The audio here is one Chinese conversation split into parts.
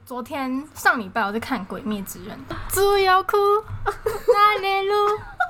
昨天上礼拜我在看《鬼灭之刃》，猪要哭，哪里路？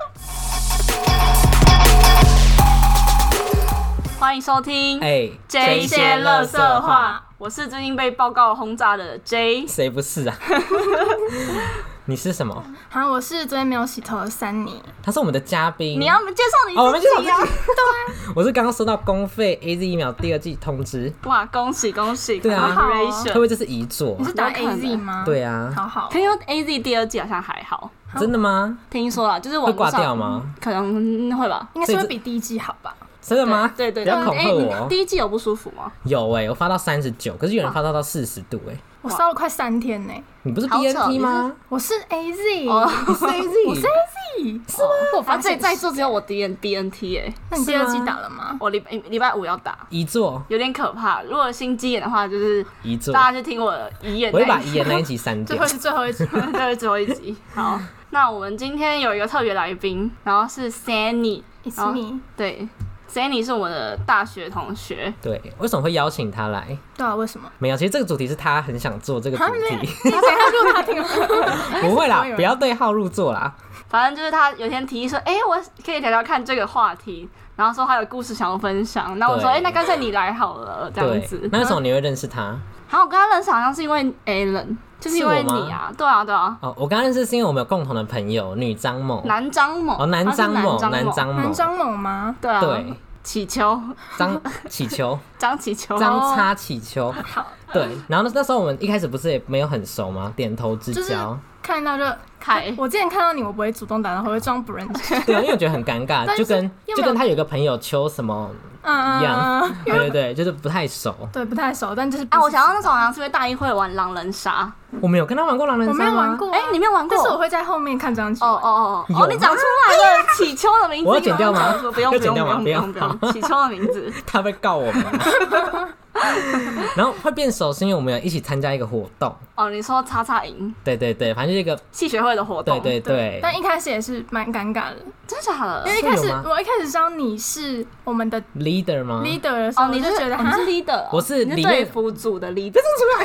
欢迎收听这些垃圾话，我是最近被报告轰炸的 J。 谁不是啊？你是什么？ 好，我是昨天没有洗头的三妮。 他是我们的嘉宾。 你要介绍你自己啊？ 我们介绍自己。对，我是刚刚收到公费 AZ 疫苗第2剂通知。 哇，恭喜恭喜！ 对啊， 会不会这是遗作？ 你是打 AZ 吗？ 对啊。 好。 听说 AZ 第2剂好像还好。 真的吗？ 听说啦，就是网会挂掉吗？ 可能会吧。 应该是会比第1剂好吧？ 真的吗？ 对，不要恐吓我。 第1剂有不舒服吗？ 有我发到39，可是有人发到40度我烧了快3天呢。 你不是 BNT 吗？ 我是 AZ， 你是 AZ， 我是 AZ， 是吗？我发现在座只有我 BNT 那你第2剂打了吗？ 我礼拜5要打。 遗作有点可怕。如果心肌炎的话，就是遗作。 大家去听我的遗言。 我会把遗言那一集删掉。 最后一集， 对，最后一集。好，那我们今天有一个特别来宾，然后是 Sunny。It's me。 对。Sunny 是我们的大学同学。 对，为什么会邀请他来？ 对啊，为什么？ 没有，其实这个主题是他很想做这个主题。 你等一下就他听了。 不会啦，不要对号入座啦。 反正就是他有天提议说，我可以聊聊看这个话题，然后说他有故事想要分享。然后我说，那干脆你来好了，这样子。 那为什么你会认识他？ 好，我跟他认识好像是因为 Alan。就是因为你啊，对啊。 哦，我刚认识是因为我们有共同的朋友，女张某， 男张某。 哦，男张某吗？ 对啊。 对， 祈求， 张祈求， 张祈求， 张插祈求。 好。 对，然后那时候我们一开始不是也没有很熟吗？点头之交。 看到就开。我之前看到你，我不会主动打，然后会装不认识。 对啊，因为我觉得很尴尬，就跟他有个朋友秋什么一样。对，就是不太熟。 对，不太熟，但就是我想到那时候好像是因为大一会玩狼人杀。 我没有跟他玩过狼人杀吗？ 我没有玩过。 你没有玩过？ 但是我会在后面看张琪。 哦，你讲出来了，祈秋的名字。 我要剪掉吗？ 不用， 不用。 祈秋的名字。 他会告我们。然后会变熟是因为我们有一起参加一个活动。 你说叉叉营？ 对，反正就是一个系学会的活动。 对。 但一开始也是蛮尴尬的。 真的假的？ 因为我一开始知道你是我们的 leader 吗 ？leader 的时候，你就觉得你是 leader， 我是里面队服组的 leader。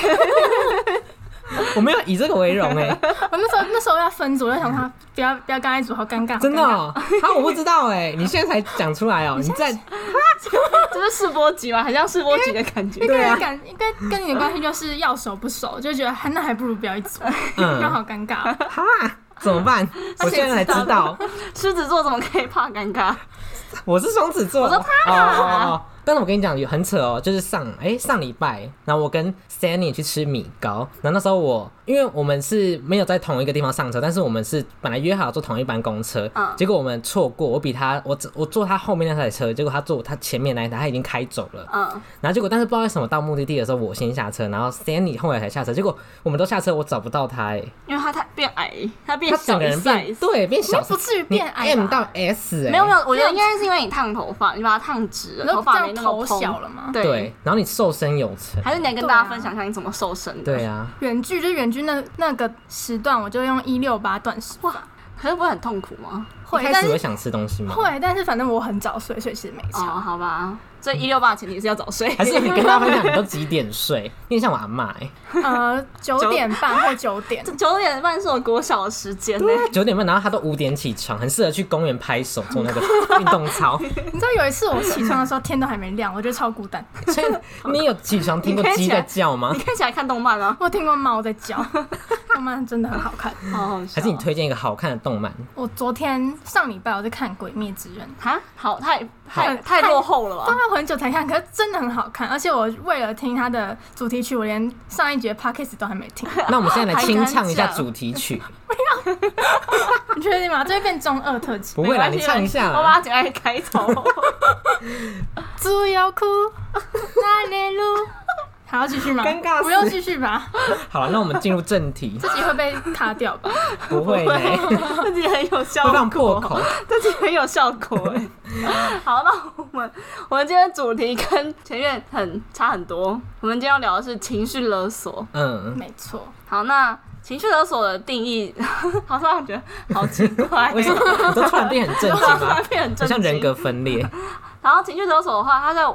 我没有以这个为荣我那时候要分组，我就想他不要跟他一组，好尴尬。 真的我不知道你现在才讲出来你在这是试播集吗？很像试播集的感觉。 对啊，应该跟你的关系就是要熟不熟，就觉得那还不如不要一组，那好尴尬。 哈，怎么办？我现在才知道， 狮子座怎么可以怕尴尬？ 我是双子座。 我说他。 但是我跟你讲很扯就是上礼拜，然后我跟 Sunny 去吃米糕，然后那时候因为我们是没有在同一个地方上车，但是我们是本来约好坐同一班公车，结果我们错过，我坐他后面那台车，结果他坐他前面那一台，他已经开走了，然后结果但是不知道为什么到目的地的时候我先下车，然后 Sunny 后来才下车，结果我们都下车，我找不到他因为他变矮，他变小， 整个人变小， 不至于变矮 M 到 S 没有，我觉得应该是因为你烫头发，你把它烫直了，头发没那么蓬小了吗？ 对，然后你瘦身有成， 还是你来跟大家分享一下你怎么瘦身的？ 对啊， 远距那个时段，我就用168断食法。 可是不会很痛苦吗？ 会，一开始会想吃东西吗？ 会，但是反正我很早睡，所以其实没差。 好吧。所以168的前提是要早睡， 还是你跟大家分享你都几点睡？因为像我阿嬷 9点半或9点。 9点半是我国小的时间呢。 9点半，然后他都5点起床，很适合去公园拍手做那个运动操。 你知道有一次我起床的时候天都还没亮，我觉得超孤单。 所以你有起床听过鸡在叫吗？ 你看起来看动漫啊？ 我听过猫在叫，动漫真的很好看。 还是你推荐一个好看的动漫？ 我上礼拜我在看《鬼灭之刃》。 好，太落后了吧？ 对，我很久才看，可是真的很好看，而且我为了听它的主题曲，我连上一集的 podcast 都还没听。 那我们现在来清唱一下主题曲。 不要，你确定吗？这会变中2特辑。 不会啦，你唱一下啦。 我把它剪在开头。 猪要哭，哪里路？还要继续吗？ 尴尬死， 不用继续吧。 好了，那我们进入正题。 这集会被卡掉吧？ 不会呢， 这集很有效果， 会放破口。 这集很有效果好，那我们今天的主题跟前面差很多。我们今天要聊的是情绪勒索。 没错。 好，那情绪勒索的定义，好突然觉得好奇怪。 为什么？你都突然变很震惊吗？ 突然变很震惊， 像人格分裂。 然后情绪勒索的话，它在我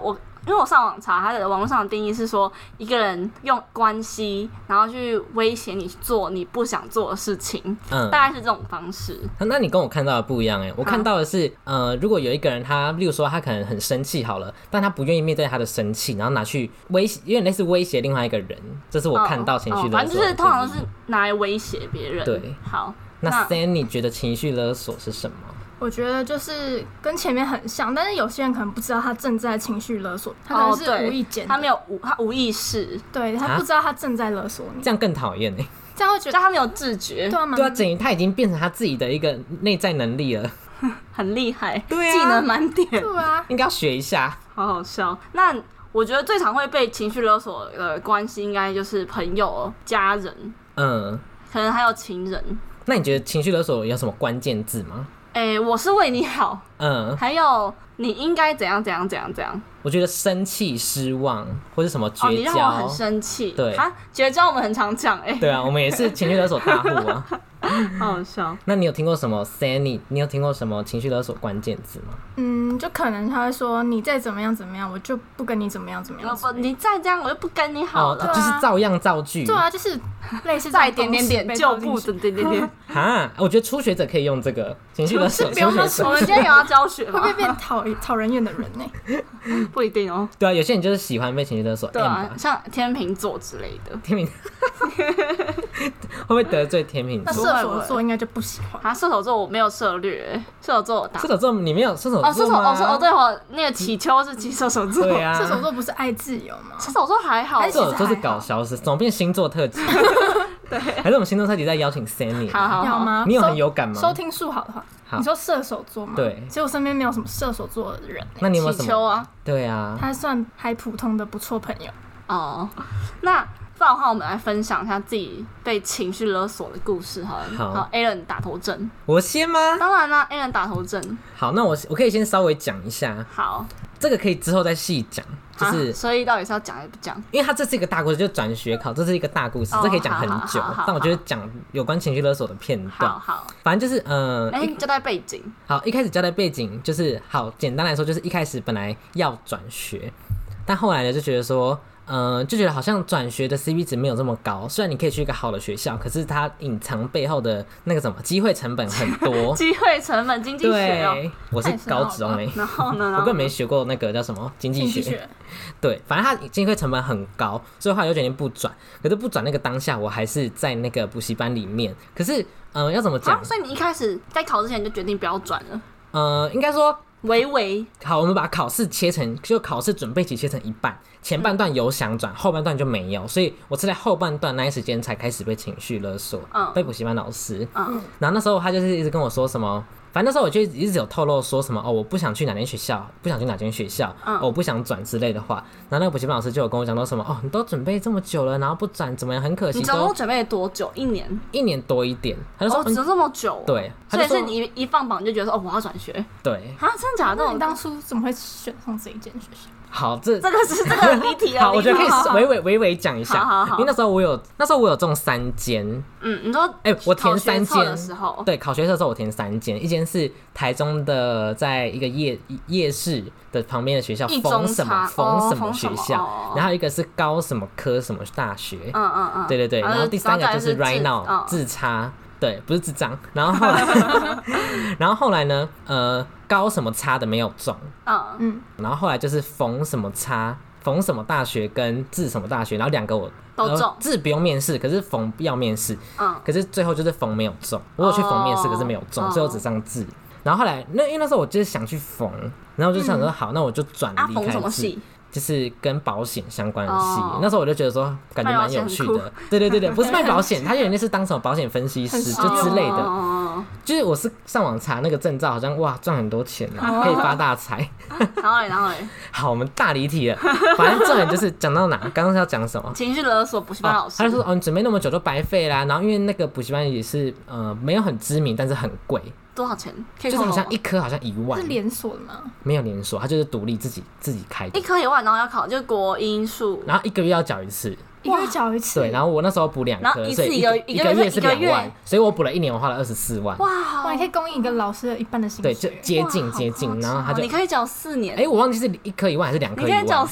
因为我上网查，他的网络上的定义是说，一个人用关系，然后去威胁你做你不想做的事情，大概是这种方式。 那你跟我看到的不一样我看到的是，如果有一个人他，例如说他可能很生气好了，但他不愿意面对他的生气，然后拿去威胁，有点类似威胁另外一个人，这是我看到情绪勒索的定义。 反正就是通常都是拿来威胁别人。 对， 好。 那 Sam 你觉得情绪勒索是什么？ 我觉得就是跟前面很像，但是有些人可能不知道他正在情绪勒索，他可能是无意间的， 他无意识， 对他不知道他正在勒索你， 这样更讨厌这样会觉得他没有自觉， 对啊，等于他已经变成他自己的一个内在能力了， 很厉害， 对啊， 技能满点， 对啊， 应该要学一下， 好好笑。那我觉得最常会被情绪勒索的关系，应该就是朋友、家人，可能还有情人。 那你觉得情绪勒索有什么关键字吗？ 我是为你好，还有你应该怎样怎样怎样怎样。 我觉得生气、失望或是什么绝交， 你让我很生气。 对绝交我们很常讲对啊，我们也是情绪勒索大户啊。 好好笑。 那你有听过什么 Sanny？ 你有听过什么情绪勒索关键字吗？ 就可能他会说你再怎么样怎么样，我就不跟你怎么样怎么样。 你再这样，我就不跟你好了。 就是照样造句。 对啊，就是类似再点点点就不点点点。 我觉得初学者可以用这个情绪勒索。 不用他我们今天有要教学吗？ 会不会变讨人厌的人呢？ 不一定哦。 对啊，有些人就是喜欢被情绪勒索。 对啊，像天秤座之类的。 天秤会不会得罪天秤座？ 那射手座应该就不喜欢。 射手座我没有涉略，射手座我打。 射手座你没有射手座吗？ 射手对那个祈秋是射手座。 对啊， 射手座不是爱自由吗？ 射手座还好， 射手座是搞消失，怎么变星座特辑？对，还是我们星座特辑在邀请 Sanny？ 好吗？ 你有很有感吗？ 收听数好的话，你说射手座吗？ 对， 其实我身边没有什么射手座的人。 那你有没有什么？ 祈秋啊， 对啊， 他算还普通的不错朋友。 那不然的话，我们来分享一下自己被情绪勒索的故事好了。好 ，Alan 打头阵， 我先吗？ 当然啦 ，Alan 打头阵。 好，那我可以先稍微讲一下。 好， 这个可以之后再细讲。就是所以到底是要讲还是不讲？ 因为它这是一个大故事，就转学考，这是一个大故事，这可以讲很久。但我觉得讲有关情绪勒索的片段， 好， 反正就是交代背景。 好，一开始交代背景就是好，简单来说就是一开始本来要转学，但后来呢就觉得说。就觉得好像转学的 CP 值没有这么高，虽然你可以去一个好的学校，可是它隐藏背后的那个什么机会成本很多。 机会成本经济学对，我是高中然后呢？ 我根本没学过那个叫什么经济学。对，反正它机会成本很高，所以后来就决定不转。可是不转那个当下，我还是在那个补习班里面。可是要怎么讲？ 所以你一开始在考之前就决定不要转了？ 应该说。好，我们把考试切成，就考试准备期切成一半，前半段有想转，后半段就没有，所以我是在后半段那一时间才开始被情绪勒索，被补习班老师，然后那时候他就是一直跟我说什么。反正那时候我就一直有透露说什么我不想去哪间学校，我不想转之类的话。然后那个补习班老师就有跟我讲到什么你都准备这么久了，然后不转怎么样，很可惜。 你总共准备了多久？1年？1 年多一点。他就说只这么久？ 对， 所以是你一放榜就觉得说我要转学。 对， 真的假的？ 那你当初怎么会选上这一间学校？ 好，这个是这个离题了。 好，我觉得可以微微讲一下。 好， 因为那时候我有中3间。 你说我填3间的时候， 对，考学测的时候我填3间，一间是台中的，在一个夜市的旁边的学校，逢什么学校，然后一个是高什么科什么大学，对，然后第3个就是 right now 自差。对，不是智障。然后后来呢？高什么差的没有中。然后后来就是逢什么大学跟智什么大学，然后2个我都中。 智不用面试，可是逢要面试。可是最后就是逢没有中。我有去逢面试，可是没有中，最后只上智。然后后来因为那时候我就是想去逢，然后我就想说好，那我就转离开智。就是跟保险相关的系，那时候我就觉得说感觉蛮有趣的。对，不是卖保险，他有点是当什么保险分析师就之类的。就是我是上网查那个证照，好像哇赚很多钱啊，可以发大财。 然后嘞， 好，我们大离题了。反正重点就是讲到哪，刚刚是要讲什么？ 情绪勒索补习班老师。 他就说你准备那么久都白费啦。然后因为那个补习班也是没有很知名，但是很贵。 多少钱？ 就是好像1科好像1万。 是连锁的吗？ 没有连锁，它就是独立自己开的。 1科1万，然后要考就国英数， 然后1个月要缴1次。 1个月缴一次。 对，然后我那时候补2颗，所以一个月是2万，所以我补了1年，我花了24万。 哇，你可以供应一个老师的一半的薪水。 对，就接近，然后他就你可以缴4年。 我忘记是1颗1万还是2颗1万。 你可以缴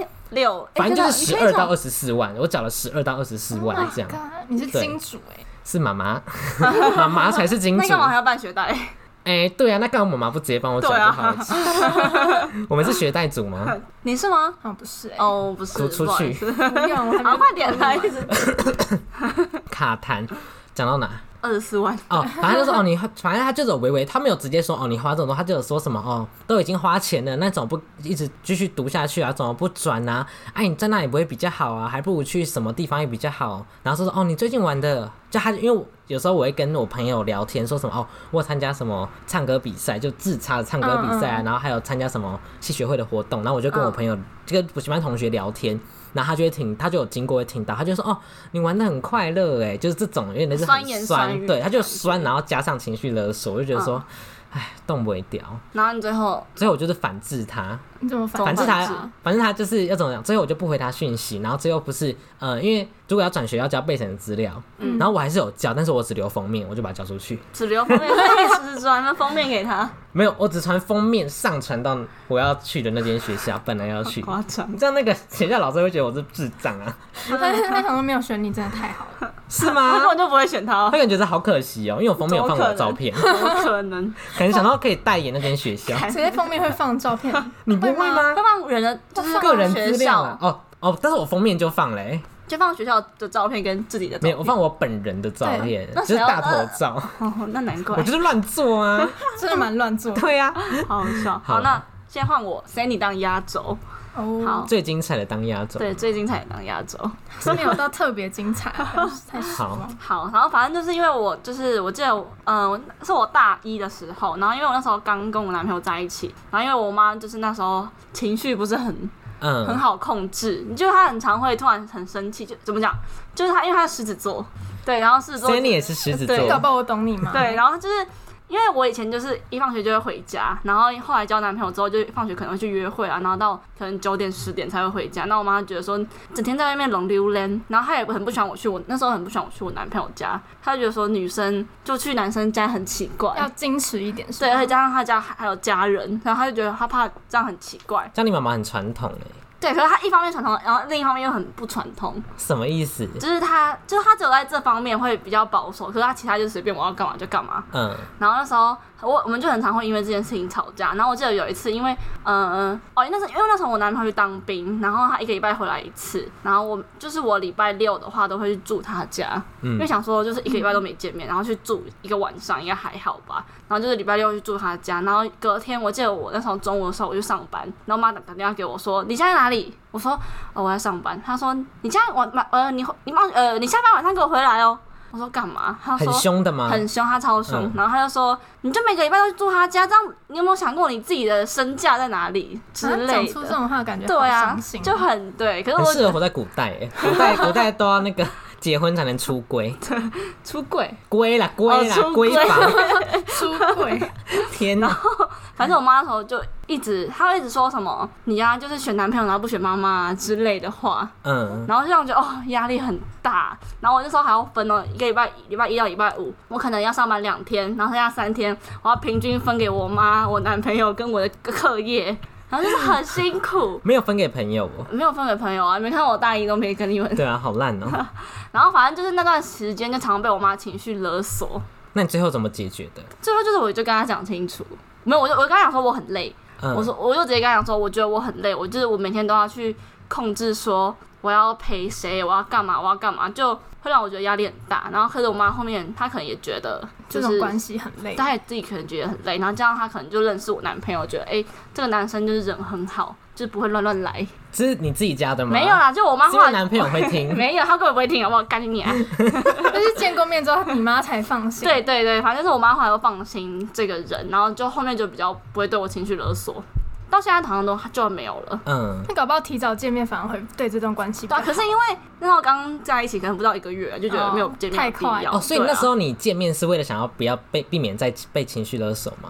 6， 反正就是12到24万，我缴了12到24万这样。 你是金主是妈妈，妈妈才是金主。 那干嘛还要办学贷？ 对啊，那干嘛妈妈不直接帮我缴就好了？我们是学贷组吗？ 你是吗？ 不是不是， 出去。 不用， 好，快点来。 卡痰，讲到哪 ？24万反正就说反正他就有微微，他没有直接说你花这种多，他就有说什么都已经花钱了，那怎么不一直继续读下去啊？怎么不转啊？你在那里不会比较好啊？还不如去什么地方也比较好。然后说你最近玩的，就他因为有时候我会跟我朋友聊天，说什么我参加什么唱歌比赛，就自插的唱歌比赛啊，然后还有参加什么系学会的活动，然后我就跟我朋友这个补习班同学聊天。然后他就有经过会听到，他就说你玩得很快乐就是这种有点类似很酸，对，他就酸，然后加上情绪勒索，我就觉得说，动不掉。 然后你最后我就是反制他， 你怎么反制他？反正他就是要怎么讲？最后我就不回他讯息，然后最后不是因为如果要转学要交备审的资料，然后我还是有交，但是我只留封面，我就把它交出去。 只留封面，你只传了封面给他？ 没有，我只传封面上传到我要去的那间学校，本来要去。 夸张， 这样那个学校老师会觉得我是智障啊。 但是他可能没有选你，真的太好了。 是吗？ 他根本就不会选他。 他可能觉得好可惜因为我封面有放我的照片。 怎么可能？ 可能想到可以代言那间学校。 谁在封面会放照片？ 你不会吗？ 会放人的，就是个人资料啊。但是我封面就放了就放学校的照片跟自己的照片。 没有，我放我本人的照片，就是大头照。 那难怪。 我就是乱做啊， 真的蛮乱做。 对啊， 好好笑。好，那现在换我 Sandy 当压轴。好， 最精彩的当压轴。 对，最精彩的当压轴。 是没有到特别精彩，太少。 好，然后反正就是因为我记得是我大1的时候，然后因为我那时候刚跟我男朋友在一起，然后因为我妈就是那时候情绪不是很好控制，就是她很常会突然很生气，就怎么讲，就是她因为她是狮子座，对，然后狮子座 Sandy 也是狮子座， 搞不好我懂你吗？ 对，然后就是。因为我以前就是一放学就会回家，然后后来交男朋友之后，就放学可能会去约会啊，然后到可能9点10点才会回家。那我妈觉得说整天在外面浪溜连，然后她也很不喜欢我去那时候很不喜欢我去我男朋友家，她就觉得说女生就去男生家很奇怪， 要矜持一点。 对，而且加上她家还有家人，然后她就觉得她怕这样很奇怪。 像你妈妈很传统对，可是他一方面传统，然后另一方面又很不传统。 什么意思？ 就是他只有在这方面会比较保守，可是他其他就随便我要干嘛就干嘛。然后那时候我们就很常会因为这件事情吵架。然后我记得有一次，因为那时候我男朋友去当兵，然后他1个礼拜回来1次，然后我礼拜6的话都会去住他家，因为想说就是1个礼拜都没见面，然后去住1个晚上应该还好吧。然后就是礼拜6去住他家，然后隔天我记得我那时候中午的时候我去上班，然后妈打电话给我说你现在哪里？我说我在上班。他说你现在你下班晚上给我回来哦。我说干嘛？他说很凶的吗？ 很凶，他超凶。然后他就说你就每个礼拜都去住他家，这样你有没有想过你自己的身价在哪里之类的？ 讲出这种话感觉对啊，就很对。可是我很适合活在古代古代都要那个结婚才能出柜， 出柜闺啦闺房出柜。 天哪！ 反正我妈那时候就她会一直说什么你啊就是选男朋友然后不选妈妈之类的话，然后就让我觉得压力很大。然后我那时候还要分1个礼拜1到礼拜5，我可能要上班2天，然后剩下3天我要平均分给我妈、我男朋友跟我的课业。然后就是很辛苦， 没有分给朋友没有分给朋友啊！你们看我大1都没跟你们。 对啊，好烂然后反正就是那段时间就常常被我妈情绪勒索。 那你最后怎么解决的？ 最后就是我就跟她讲清楚，没有我跟她讲说我很累，我就直接跟她讲说我觉得我很累，我每天都要去控制说我要陪谁，我要干嘛，就会让我觉得压力很大。然后可是我妈后面她可能也觉得就是这种关系很累， 她也自己可能觉得很累。然后这样她可能就认识我男朋友，觉得这个男生就是人很好，就是不会乱来。 这是你自己家的吗？ 没有啦，就我妈后来男朋友会听， 没有，他根本不会听，好不好？干你啊！ 就是见过面之后，你妈才放心。 对对对，反正就是我妈后来会放心这个人，然后就后面就比较不会对我情绪勒索。到现在好像就没有了。 那搞不好提早见面反而会对这段关系。 对，可是因为那时候刚在一起，可能不到1个月，就觉得没有见面太快必要。 所以那时候你见面是为了想要不要避免再被情绪勒索吗？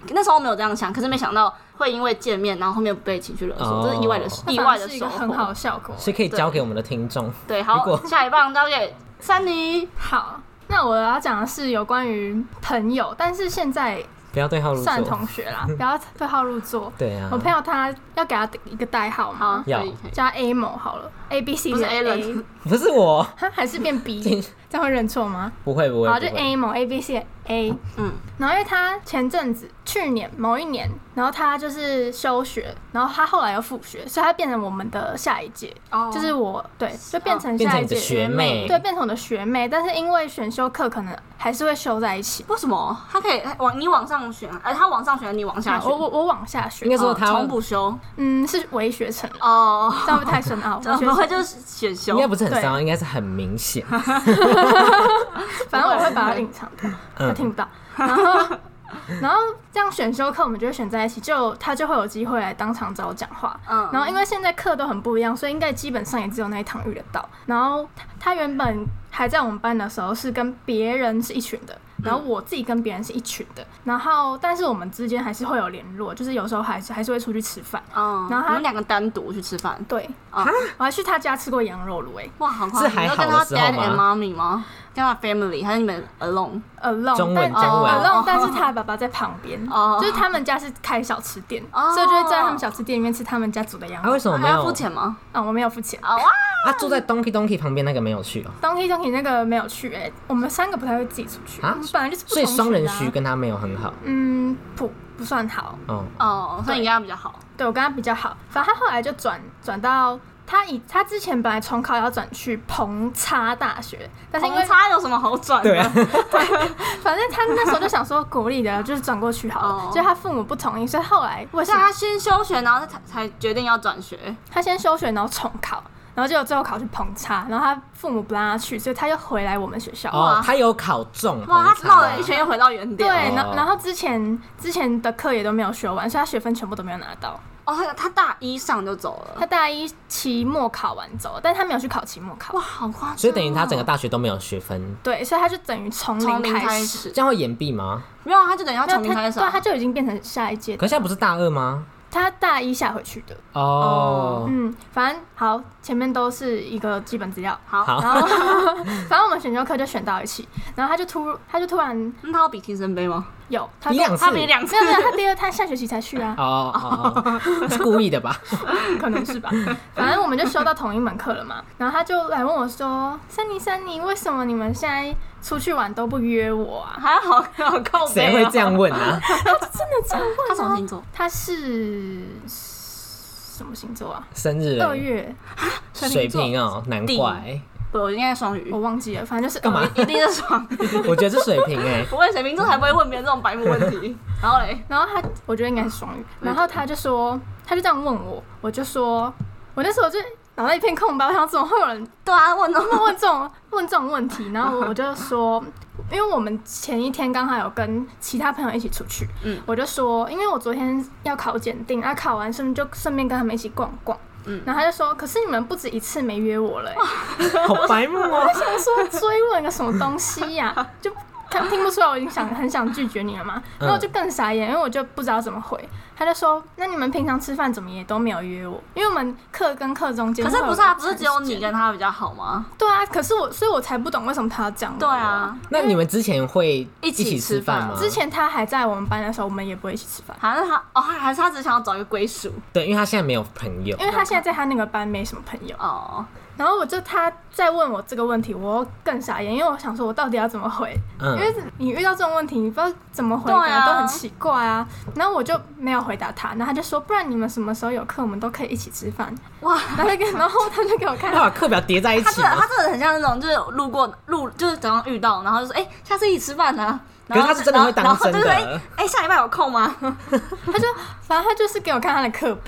那时候没有这样想，可是没想到会因为见面，然后后面被情绪勒索，这是意外的是一个很好的效果， 是可以教给我们的听众。 对，好，下一棒交给珊妮。 好，那我要讲的是有关于朋友，但是现在不要对号入座， 算同学啦，不要对号入座。 对啊， 我朋友他要给他一个代号吗？ 要叫 Amo 好了 ，A B C 不是 A 人， 不是我， 他还是变 B， 这样会认错吗？ 不会， 好，就 Amo A B C A， 然后因为他前阵子去年某一年，然后他就是休学，然后他后来又复学，所以他变成我们的下一届，就是我对，就变成下一届学妹， 对，变成我的学妹，但是因为选修课可能还是会修在一起。 为什么？他可以你往上选，他往上选，你往下选， 我往下选， 应该说他重补修， 是微学程哦， 这样会太深奥， 怎么会就是选修？ 应该不是很深奥，应该是很明显。 反正我会把它隐藏掉，他听不到。然后这样选修课我们就会选在一起，他就会有机会来当场找我讲话。然后因为现在课都很不一样，所以应该基本上也只有那一堂遇得到。然后他原本还在我们班的时候是跟别人是一群的，然后我自己跟别人是一群的。然后但是我们之间还是会有联络，就是有时候还是会出去吃饭。 然后你们两个单独去吃饭？ 对，我还去他家吃过羊肉炉。 哇，好夸张！ 是还好的时候吗？ 你有跟他 Dad and Mommy 吗？跟他 family 还是你们 alone？ 中文 alone， 但是他爸爸在旁边，就是他们家是开小吃店，所以就会在他们小吃店里面吃他们家煮的羊肉。 为什么没有付钱吗？ 我没有付钱。 他住在 Donkey 旁边那个没有去哦。 Donkey 那个没有去，我们3个不太会自己出去，本来就是不同学的。 所以双人徐跟他没有很好。 不算好。 所以你跟他比较好。 对，我跟他比较好。反正他后来就转到。他之前本来重考要转去澎差大学，但是因为澎差有什么好转的？ 对啊， 反正他那时候就想说国立的，就是转过去好了。就他父母不同意，所以后来他先休学，然后才决定要转学。 他先休学，然后重考，然后结果最后考去澎差，然后他父母不让他去，所以他又回来我们学校。 他有考中。 哇，他绕了一圈又回到原点。 对，然后之前的课也都没有修完，所以他学分全部都没有拿到。 他大一上就走了。 他大一期末考完走了，但是他没有去考期末考。 哇，好夸张！ 所以等于他整个大学都没有学分。 对，所以他就等于从零开始。 这样会延毕吗？ 没有，他就等于要从零开始。 对，他就已经变成下一届。 可是现在不是大2吗？ 他大一下回去的。反正好，前面都是一个基本资料。 好， 然后反正我们选修课就选到一起，然后他就突然， 他有比听声杯吗？ 有， 他比2次， 没有，他下学期才去啊。 是故意的吧？ 可能是吧。反正我们就修到同一门课了嘛，然后他就来问我说：“珊妮，为什么你们现在出去玩都不约我啊？” 还好靠北。 谁会这样问啊？ 他就真的这样问。 他什么星座？ 他是什么星座啊？ 生日 2月， 水瓶哦，难怪。 我应该是双鱼， 我忘记了，反正就是干嘛？ 一定是双鱼。 我觉得是水瓶不会水瓶座才不会问别人这种白目问题。然后我觉得应该是双鱼。然后他就这样问我，我就说，我那时候就脑袋一片空白，我想怎么会有人问这种问题？然后我就说，因为我们前一天刚好有跟其他朋友一起出去，我就说，因为我昨天要考检定，考完顺便跟他们一起逛逛。然后他就说：“可是你们不止一次没约我了。” 好白目哦！ 我想说追问个什么东西呀？就听不出来我已经很想拒绝你了嘛。然后我就更傻眼，因为我就不知道怎么回。他就说：“那你们平常吃饭怎么也都没有约我？因为我们课跟课中间……可是不是只有你跟他比较好吗？” 对啊，可是所以我才不懂为什么他要这样。 对啊， 那你们之前会一起吃饭吗？ 之前他还在我们班的时候，我们也不会一起吃饭。 还是他只想要找一个归属。 对，因为他现在没有朋友， 因为他现在在他那个班没什么朋友。然后他再问我这个问题，我更傻眼，因为我想说我到底要怎么回？因为你遇到这种问题，你不知道怎么回答，都很奇怪啊。然后我就没有回答他，然后他就说：“不然你们什么时候有课，我们都可以一起吃饭。”哇！然后他就给我看， 他把课表叠在一起。 他真的很像那种，就是就是早上遇到，然后就说：“下次一起吃饭啊。” 可是他是真的会当真的。 下礼拜有空吗？ 反正他就是给我看他的课表。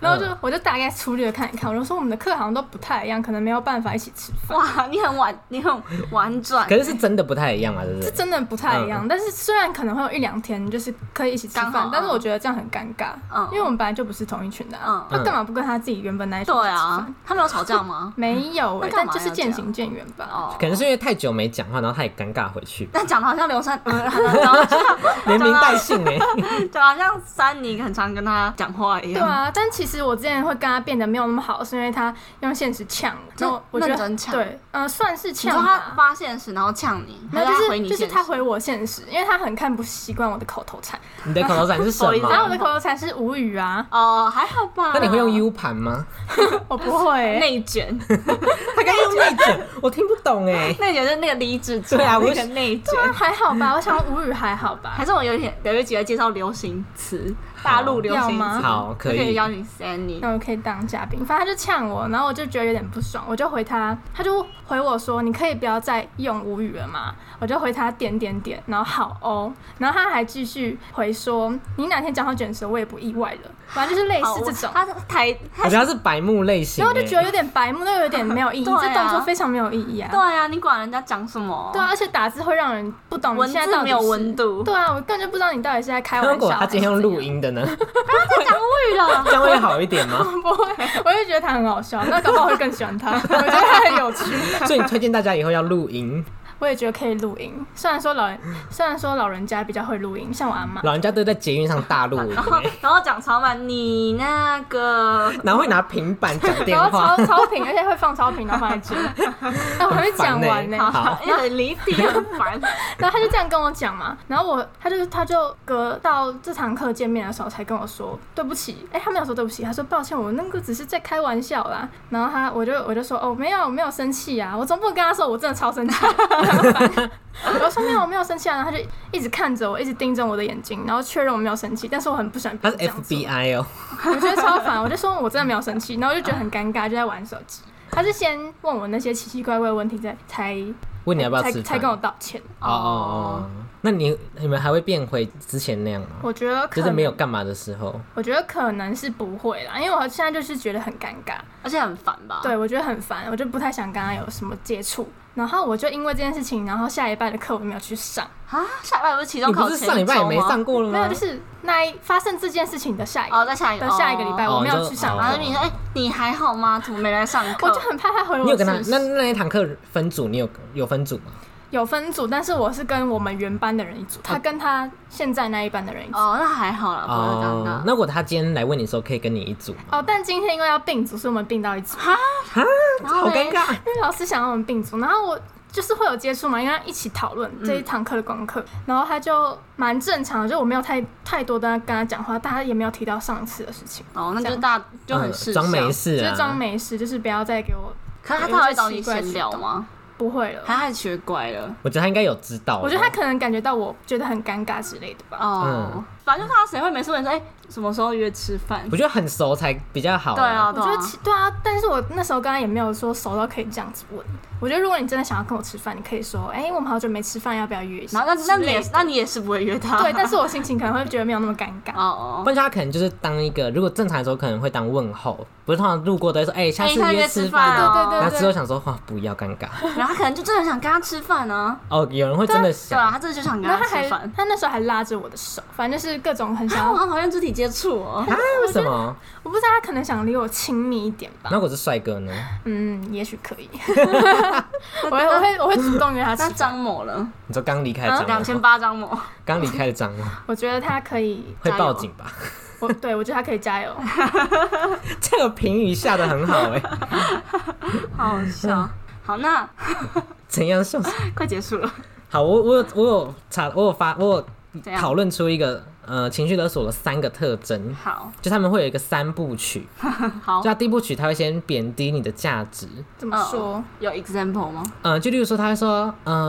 然后我就大概粗略看一看，我就说我们的课好像都不太一样，可能没有办法一起吃饭。 哇，你很婉转。 可是真的不太一样嘛，对不对？ 是真的不太一样，但是虽然可能会有1-2天就是可以一起吃饭，但是我觉得这样很尴尬，因为我们本来就不是同一群的，他干嘛不跟他自己原本那一群吃饭？ 他们有吵架吗？ 没有，但就是渐行渐远吧。 可能是因为太久没讲话，然后他也尴尬回去。 但讲的好像刘珊， 连名带姓哎， 就好像珊妮很常跟他讲话一样。 对啊，但其实我之前会跟他变得没有那么好，是因为他用现实呛，然后我觉得对，算是呛吧。 你说他发现实然后呛你， 没有，就是他回我现实，因为他很看不习惯我的口头禅。 你的口头禅是什么？ 然后我的口头禅是无语啊。 哦，还好吧。 那你会用 U 盘吗？ 我不会。 内卷。 他刚用内卷，我听不懂哎。 内卷是那个离职对啊， 那个内卷。 对啊，还好吧。我想无语还好吧。 还是我有一集来介绍流行词。大陆流行词， 好，可以邀请 Sandy， 那我可以当嘉宾。反正他就呛我，然后我就觉得有点不爽，我就回他，他就回我说：“你可以不要再用无语了吗？”我就回他点，然后好哦，然后他还继续回说：“你哪天讲话卷舌，我也不意外了。”反正就是类似这种。 我觉得他是白目类型， 然后我就觉得有点白目，那有点没有意义，这动作非常没有意义啊。 对啊，你管人家讲什么？ 对啊，而且打字会让人不懂文字没有温度。 对啊，我根本就不知道你到底是在开玩笑。 如果他今天用录音的呢？ 他在讲无语了， 这样会好一点吗？ 不会，我就觉得他很好笑，那搞不好会更喜欢他。我觉得他很有趣， 所以你推荐大家以后要录音。 我也觉得可以录音，虽然说老人家比较会录音，像我阿嬷， 老人家都在捷运上大录音， 然后讲超慢，你那个， 然后会拿平板讲电话， 然后超频，而且会放超频，然后放在这。我还没讲完呢， 好， 因为离题很烦。 然后他就这样跟我讲嘛，然后他就隔到这堂课见面的时候才跟我说对不起，他没有说对不起，他说抱歉，我那个只是在开玩笑啦。然后我就说哦没有生气啊，我总不能跟他说我真的超生气。我说没有生气啊，然后他就一直看着我，一直盯着我的眼睛，然后确认我没有生气，但是我很不喜欢别人这样做。 他是 FBI 哦， 我觉得超烦，我就说我真的没有生气，然后我就觉得很尴尬，就在玩手机。他是先问我那些奇奇怪怪的问题，才问你要不要吃饭， 才跟我道歉。 哦，那你们还会变回之前那样吗？ 我觉得就是没有干嘛的时候， 我觉得可能是不会啦，因为我现在就是觉得很尴尬， 而且很烦吧？ 对，我觉得很烦，我就不太想跟他有什么接触。然后我就因为这件事情，然后下礼拜的课我没有去上啊。下礼拜不是期中考前一周吗？ 你不是上礼拜也没上过了吗？ 没有，就是发生这件事情的下一个下一个礼拜我没有去上。 然后你说你还好吗？怎么没来上课？ 我就很怕他回我。 你有跟他那一堂课分组，你有分组吗？ 有分组，但是我是跟我们原班的人一组，他跟他现在那一班的人一组。 哦，那还好啦，不会尴尬。 那如果他今天来问你的时候，可以跟你一组吗？ 哦，但今天因为要并组，所以我们并到一组。 哈，好尴尬。 因为老师想让我们并组，然后我就是会有接触嘛，因为一起讨论这一堂课的功课，然后他就蛮正常的，就我没有太多的跟他讲话，但他也没有提到上次的事情。 哦，那就是大家就很识相， 装没事， 就是装没事，就是不要再给我。 可是他会找你闲聊吗？ 不会了， 他学乖了。 我觉得他应该有知道。 我觉得他可能感觉到我觉得很尴尬之类的吧。 哦，反正他谁会没事问说，什么时候约吃饭？ 我觉得很熟才比较好。 对啊， 我觉得对啊，但是我那时候跟他也没有说熟到可以这样子问。我觉得如果你真的想要跟我吃饭，你可以说，我们好久没吃饭，要不要约一下？ 然后那你也是不会约他。 对，但是我心情可能会觉得没有那么尴尬。 哦， 不然他可能就是当一个，如果正常的时候可能会当问候，不是通常路过都会说，下次约吃饭。 对。 然后之后想说，不要尴尬。 然后他可能就真的想跟他吃饭呢。 哦，有人会真的想。 对啊，他真的就想跟他吃饭。 他那时候还拉着我的手，反正就是各种很想。 我好讨厌肢体接触哦。 为什么？ 我不知道，他可能想离我亲密一点吧。 那如果是帅哥呢？ 也许可以。我会主动约他吃饭。 那张某了？ 你说刚离开的张某 ，2800张某， 刚离开的张某。 我觉得他可以会报警吧？ 我觉得他可以加油。 这个评语下得很好好好笑。好，那怎样笑？ 快结束了。 好，我有讨论出一个情绪勒索的3个特征。 好， 就他们会有一个3部曲。 好， 就他第一部曲他会先贬低你的价值。 怎么说？ 有 example 吗？ 就例如说他会说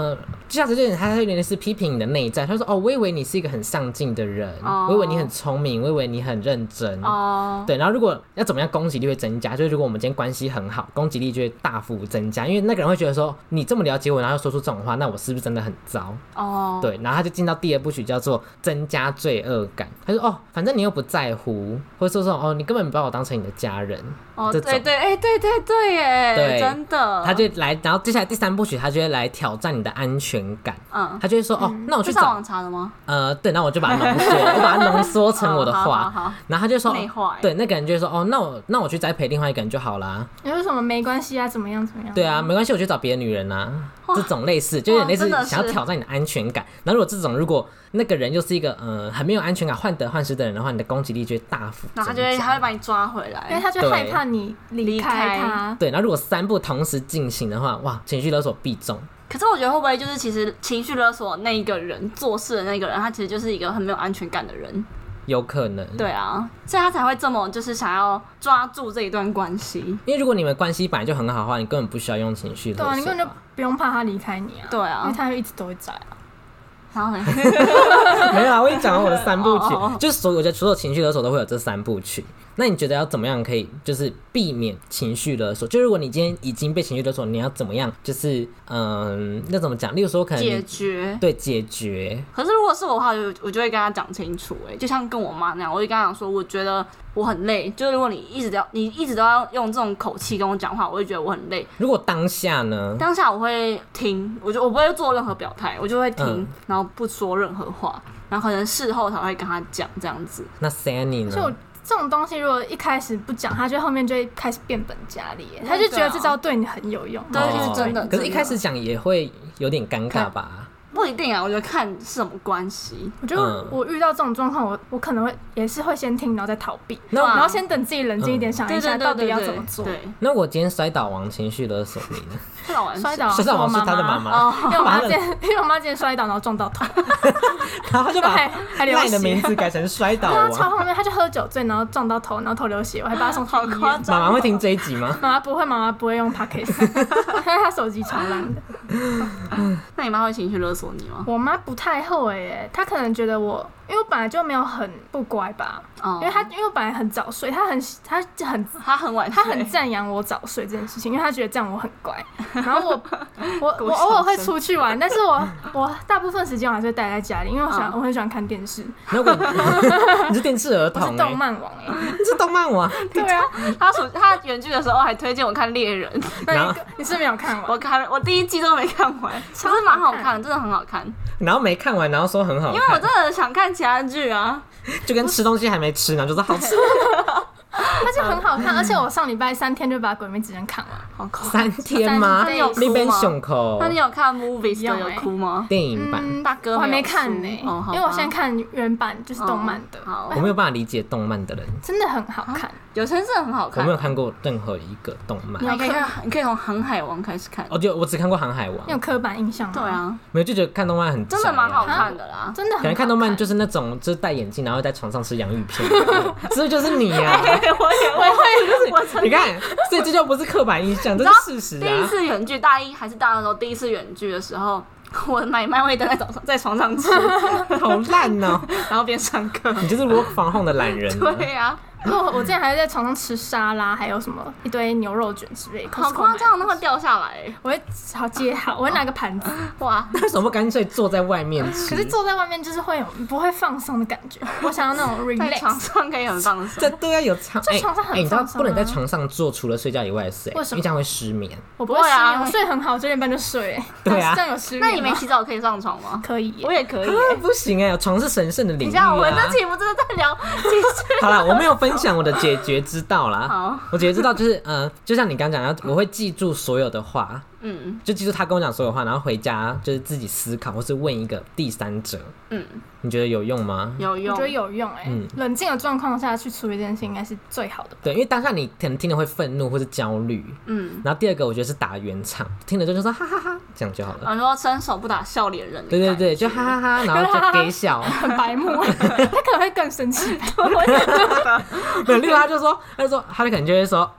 就像是这点，他有点是批评你的内在。他说：“哦，我以为你是一个很上进的人，我以为你很聪明，我以为你很认真。”对，然后如果要怎么样，攻击力会增加。就是如果我们今天关系很好，攻击力就会大幅增加，因为那个人会觉得说，你这么了解我，然后又说出这种话，那我是不是真的很糟？对，然后他就进到第2部曲，叫做增加罪恶感。他说：“哦，反正你又不在乎，或者说哦，你根本不把我当成你的家人。” 对对，对耶， 对， 真的。 他就来，然后接下来第3部曲，他就会来挑战你的安全感。他就会说：“哦，那我去找。” 上网查的吗？ 对，然后我就把它浓缩，我把它浓缩成我的话。 好， 然后他就说：“ 内化。” 对，那个人就会说：“哦，那我去栽培另外一个人就好啦。” 你说什么没关系啊？怎么样？ 对啊，没关系，我去找别的女人啊。这种类似，就有点类似想要挑战你的安全感。然后如果那个人又是一个很没有安全感、患得患失的人的话，你的攻击力就会大幅增加。 然后他会把你抓回来， 因为他就害怕你离开他。 对，然后如果3部同时进行的话，哇，情绪勒索必中。 可是我觉得会不会就是其实情绪勒索那一个人做事的那个人，他其实就是一个很没有安全感的人。 有可能， 对啊，所以他才会这么就是想要抓住这一段关系。 因为如果你们关系本来就很好的话，你根本不需要用情绪勒索。 对啊，你根本就不用怕他离开你啊。 对啊， 因为他一直都会在啊。 然后呢？ 没有啊，我已经讲完我的3部曲，就是我觉得所有情绪勒索都会有这3部曲。那你觉得要怎么样可以就是避免情绪勒索？就如果你今天已经被情绪勒索，你要怎么样？就是那怎么讲？例如说可能解决， 对，解决。 可是如果是我的话，我就会跟他讲清楚，就像跟我妈那样，我就跟他讲说，我觉得我很累。就是如果你一直都要用这种口气跟我讲话，我会觉得我很累。 如果当下呢？ 当下我会听，我不会做任何表态，我就会听，然后不说任何话，然后可能事后才会跟他讲这样子。 那 Sunny 呢？ 这种东西如果一开始不讲，他就后面就会开始变本加厉，他就觉得这招对你很有用， 对，是真的。 可是一开始讲也会有点尴尬吧？ 不一定啊，我觉得看是什么关系。 我觉得我遇到这种状况，我可能也是会先听，然后再逃避，然后先等自己冷静一点，想一下到底要怎么做。 那我今天摔倒王情绪勒索你呢？ 摔倒是我妈妈， 因为我妈今天摔倒，然后撞到头， 然后他就把赖你的名字改成摔倒王。 超后面他就喝酒醉，然后撞到头，然后头流血，我还把他送去医院。 妈妈会听这一集吗？ 妈妈不会用 Podcast， 因为她手机超烂的。 那你妈会情绪勒索你吗？ 我妈不太会耶，她可能觉得我，因为我本来就没有很不乖吧，因为我本来很早睡，她很晚，她很赞扬我早睡这件事情，因为她觉得这样我很乖。然后我偶尔会出去玩，但是我大部分时间我还是会待在家里，因为我很喜欢看电视。 你是电视儿童？ 我是动漫王哎， 你是动漫王？ 对啊，他远距的时候还推荐我看猎人， 那你是没有看完？ 我第1季都没看完，可是蛮好看，真的很好看。 然后没看完，然后说很好看， 因为我真的想看其他剧啊， 就跟吃东西还没吃呢，就是好吃。 它就很好看，而且我上礼拜3天就把《鬼灭之刃》看完， 好快。 3天吗？ 你边胸口？ 那你有看 Movies 的有哭吗？ 电影版大哥我还没看呢，因为我现在看原版，就是动漫的。 我没有办法理解动漫的人， 真的很好看， 有些是很好看。 我没有看过任何一个动漫。 你可以从《航海王》开始看。 我只看过《航海王》。 你有刻板印象吗？ 对啊， 没有就觉得看动漫很真的蛮好看的啦， 真的。 可能看动漫就是那种就是戴眼镜，然后在床上吃洋芋片，这就是你啊！你看，所以这就不是刻板印象，这是事实啊。 第一次远距，大1还是大2的时候，第一次远距的时候，我买漫威灯在床上吃， 好烂哦。 然后边上课， 你就是 work from home 的懒人。 对呀。 我之前还在床上吃沙拉，还有什么一堆牛肉卷之类的， 好夸张，那会掉下来。 我会接好，我会拿个盘子。 哇， 为什么不干脆坐在外面吃？ 可是坐在外面就是会有不会放松的感觉。我想要那种 relax， 在床上可以很放松。 这对啊，有床。 在床上很放松。 你知道不能在床上做除了睡觉以外的事， 为什么？ 因为这样会失眠。 我不会失眠，我睡很好，9点半就睡。 对啊， 这样有失眠。 那你没洗澡可以上床吗？ 可以， 我也可以。 不行哎，床是神圣的领域啊。 你这样，我们这期不真的在聊？ 好啦，我没有分享我的解决之道啦。 好， 我解决之道就是就像你刚讲的，我会记住所有的话，就记住他跟我讲所有话，然后回家就是自己思考，或是问一个第三者。你觉得有用吗？ 有用， 我觉得有用冷静的状况下去处理这件事情应该是最好的。 对，因为当下你可能听了会愤怒或是焦虑。然后第二个我觉得是打圆场，听了就说哈哈哈，这样就好了。 你说伸手不打笑脸人。 对对对，就哈哈哈，然后就给笑， 很白目，他可能会更生气。 没有，另外他就可能就会说哦。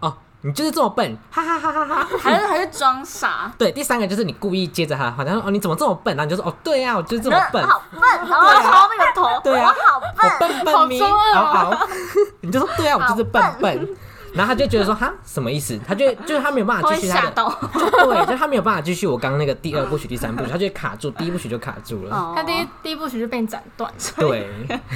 你就是这么笨，哈哈哈哈哈， 还是装傻。 对，第三个就是你故意接着他的话，他说哦你怎么这么笨，然后你就说哦对啊，我就是这么笨， 好笨，然后敲那个头， 对啊， 我好笨， 我笨笨咪，好，你就说对啊，我就是笨笨。然后他就觉得说哈什么意思？他就是他没有办法继续他的，对，就他没有办法继续我刚刚那个第二部曲、第三部曲，他就卡住，第一部曲就卡住了。 他第一部曲就被你斩断。 对，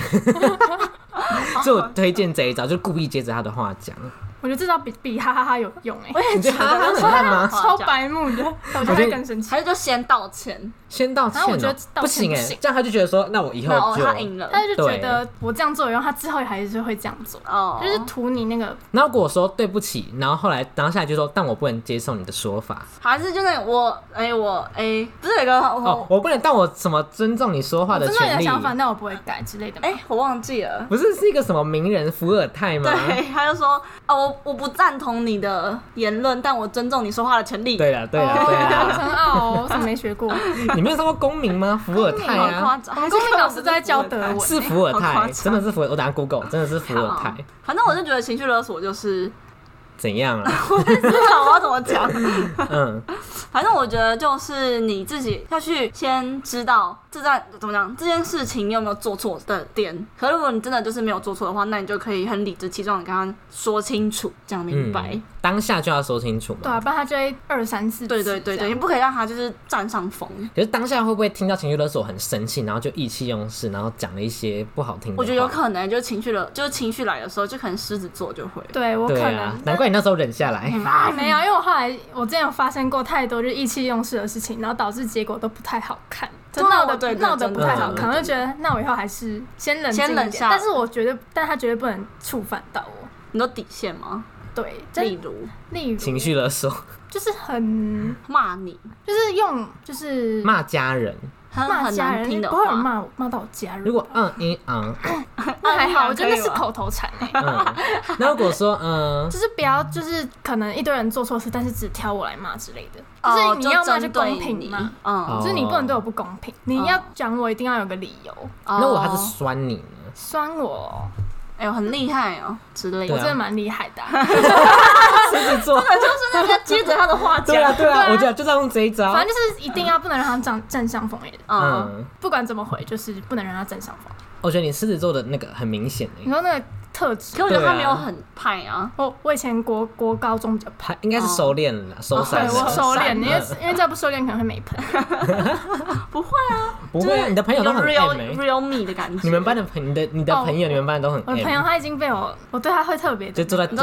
所以我推荐这一招，就故意接着他的话讲。 我觉得这招比哈哈哈有用我也觉得哈哈很烂吗？ 超白目的，我觉得更生气。 还是就先道歉， 然后我觉得道歉不行哎，这样他就觉得说，那我以后就他赢了， 他就觉得我这样做以后，他之后还是会这样做，就是图你那个。 然后如果我说对不起，然后下来就说，但我不能接受你的说法， 还是就那个不是有个我不能，但我什么尊重你说话的权利， 尊重你的想法，但我不会改之类的。 我忘记了， 不是一个什么名人伏尔泰吗？ 对，他就说我不赞同你的言论，但我尊重你说话的权利。 对了， 很傲，我怎么没学过？ 你没有上过公民吗？伏尔泰啊， 我们公民老师都在教德文， 是伏尔泰，真的是伏尔，我等下 Google， 真的是伏尔泰。 反正我就觉得情绪勒索就是怎样啊？ 我不知道我要怎么讲。反正我觉得就是你自己要去先知道怎么讲这件事情你有没有做错的点。可如果你真的就是没有做错的话，那你就可以很理直气壮的跟他说清楚，讲明白。 当下就要说清楚嘛。 对啊，不然他就会2、3、4。 对，你不可以让他就是占上风。 可是当下会不会听到情绪勒索很生气，然后就意气用事，然后讲了一些不好听的话？ 我觉得有可能就是情绪来的时候，就可能狮子座就会。 对，我可能。 难怪你那时候忍下来。 没有，因为我之前有发生过太多就是意气用事的事情，然后导致结果都不太好看，就闹得不太好看。我就觉得那我以后还是先冷静一点。但是但他绝对不能触犯到我。 你说底线吗？ 对， 例如情绪勒索， 就是很骂你， 就是骂家人，不会有人骂到我家人。 如果那还好，我觉得那是口头禅那如果说就是不要，就是可能一堆人做错事，但是只挑我来骂之类的。就是你要骂就公平嘛，就是你不能对我不公平，你要讲我一定要有个理由。 那我还是酸你呢？ 酸我。 很厉害之类的。 我真的蛮厉害的。 狮子座真的就是那个接着他的话讲。 对啊，我觉得就是要用这一招。 反正就是一定要不能让他占上风不管怎么回，就是不能让他占上风。 我觉得你狮子座的那个很明显你说那个特质， 可我觉得他没有很派啊。 我以前国高中比较派， 应该是收敛了，收散了。 我收敛，因为再不收敛可能会没朋友。 不会啊， 不会啊，你的朋友都很 real me 的感觉。 你们班的你的朋友，你们班都很我的朋友他已经被我对他会特别的， 就坐在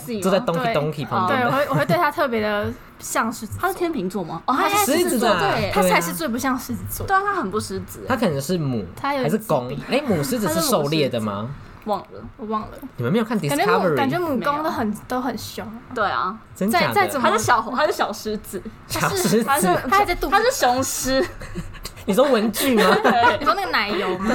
Donkey 旁边。 对，我会对他特别的像狮子座。 他是天秤座吗？ 他是狮子座， 对， 他才是最不像狮子座。 对啊，他很不狮子。 他可能是母还是公？母狮子是狩猎的吗？ 我忘了。 你们没有看 Discovery？ 感觉母公都很凶。 对啊， 真假的？ 再怎么， 他是小狮子， 小狮子， 他还在肚子， 他是雄狮。 你说文具吗？ 你说那个奶油吗？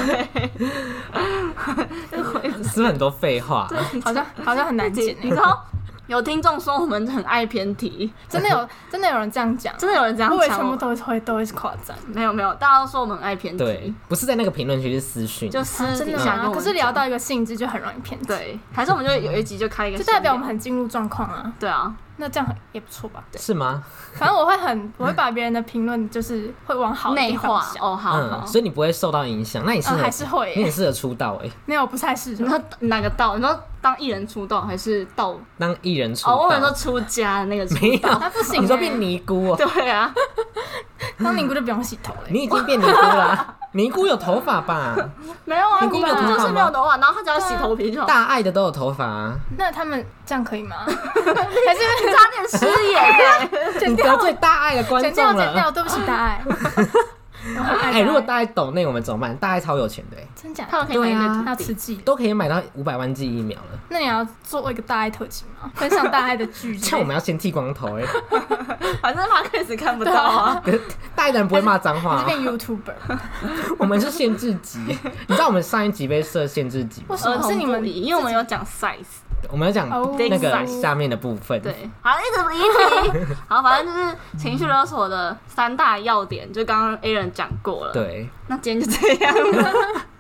是很多废话， 好像很难剪。 你知道有听众说我们很爱偏题， 真的有人这样讲， 真的有人这样讲， 我以为全部都是夸赞。 没有，大家都说我们很爱偏题。 对，不是在那个评论区，是私讯， 就私底下跟我们讲。 可是聊到一个性质就很容易偏题。 对，还是我们就有一集就开一个， 就代表我们很进入状况啊。 对啊。 那这样也不错吧？ 是吗？ 反正我会把别人的评论就是会往好的地方想。 好。 所以你不会受到影响。那你还是会， 你很适合出道没有，不太适合。 你说哪个道？你说当艺人出道还是道？ 当艺人出道。 我跟你说出家的那个出道。 没有， 他不行。 你说变尼姑哦？ 对啊。 当尼姑就不用洗头了。 你已经变尼姑了。尼姑有头发吧？ 没有啊，尼姑就是没有头发，然后他只要洗头皮就好。 大爱的都有头发啊。 那他们这样可以吗？还是差点失言？ 你得罪大爱的观众了。 剪掉，对不起大爱。 如果大爱抖内我们怎么办？大爱超有钱的真假的？ 他可以买他吃剂都可以买到500万剂疫苗了。 那你要做一个大爱特辑吗？分享大爱的剧像我们要先剃光头反正他开始看不到啊。 大爱的人不会骂脏话。 你是变 YouTuber。 我们是限制级，你知道我们上一集被设限制级吗？ 为什么是你们？ 因为我们有讲 size。 我们要讲那个下面的部分。 对，好，一直离题。好，反正就是情绪勒索的3大要点，就刚刚 Aaron 讲过了。 对， 那今天就这样了。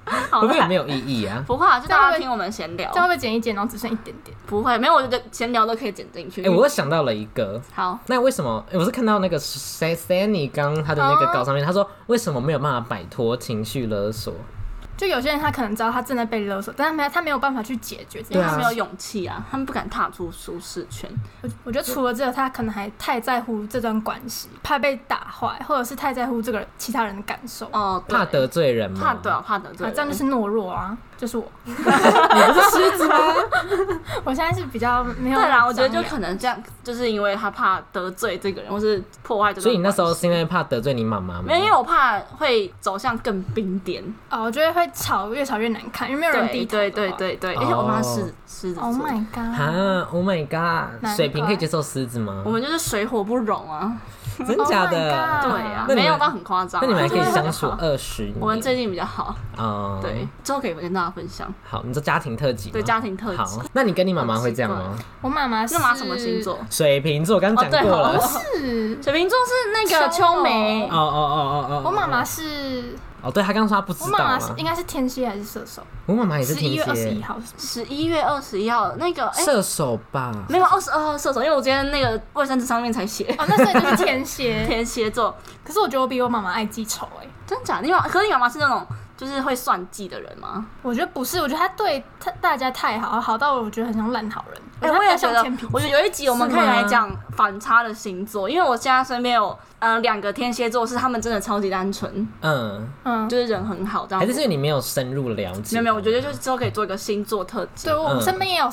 会不会没有意义啊？ 不会啊，就大家听我们闲聊。 这样会不会剪一剪，然后只剩一点点？ 不会，没有，我觉得闲聊都可以剪进去。 我又想到了一个。 好， 那为什么？我是看到那个 Sunny 刚他的那个稿上面，他说为什么没有办法摆脱情绪勒索？ 就有些人他可能知道他正在被勒索，但是他没有办法去解决， 因为他没有勇气啊，他们不敢踏出舒适圈。 我觉得除了这个，他可能还太在乎这段关系，怕被打坏，或者是太在乎这个其他人的感受。 怕得罪人吗？ 怕得罪人， 这样就是懦弱啊，就是我。 你不是狮子吗？ 我现在是比较没有。 对啦，我觉得就可能这样，就是因为他怕得罪这个人，或是破坏这个。 所以你那时候是因为怕得罪你妈妈吗？ 没有，因为我怕会走向更冰点。 我觉得会越吵越难看，因为没有人低头。 对，而且我妈是狮子座。 Oh my god！ Oh my god！ 水瓶可以接受狮子吗？ 我们就是水火不容啊。 真假的？ 对啊，没有到很夸张。 那你们还可以相处20年。 我们最近比较好。对，之后可以跟大家分享。 好，你说家庭特辑。 对，家庭特辑。 好，那你跟你妈妈会这样吗？ 我妈妈是什么星座？ 水瓶座，刚刚讲过了。 是水瓶座是那个秋梅。 我妈妈是。 对，他刚刚说他不知道。 我妈妈应该是天蝎还是射手？ 我妈妈也是天蝎。 11月21号。 11月21号那个射手吧？ 没有22号射手，因为我今天那个卫生纸上面才写。 那所以就是天蝎。 天蝎座。 可是我觉得我比我妈妈爱记仇真假的？可是你妈妈是那种就是会算计的人吗？ 我觉得不是，我觉得她对大家太好，好到我觉得很像烂好人。 我也觉得，我觉得有一集我们可以来讲反差的星座，因为我现在身边有2个天蝎座，是他们真的超级单纯，就是人很好这样。 还是你没有深入了解？ 没有，我觉得就是之后可以做一个星座特辑。 对，我身边有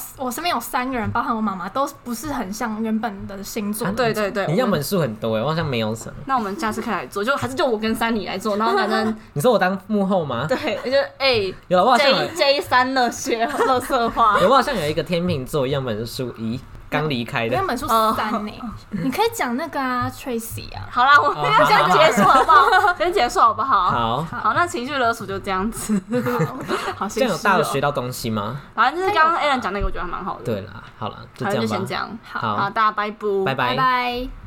3个人，包含我妈妈，都不是很像原本的星座。 对， 你样本数很多我好像没有什么。 那我们下次可以来做，还是我跟Sunny来做，然后反正你说我当幕后吗？ 对，就有了，我好像 J3垃圾话， 我好像有一个天秤座样本数1。刚离开的样本数3呢，你可以讲那个Tracy 啊。 好啦，我们先结束好不好？先结束好不好？ 好，那情绪勒索就这样子。好， 这样有大家学到东西吗？ 反正就是刚刚 Alan 讲那个，我觉得还蛮好的。 对啦，好了，就先这样。 好， 大家拜拜。 拜拜。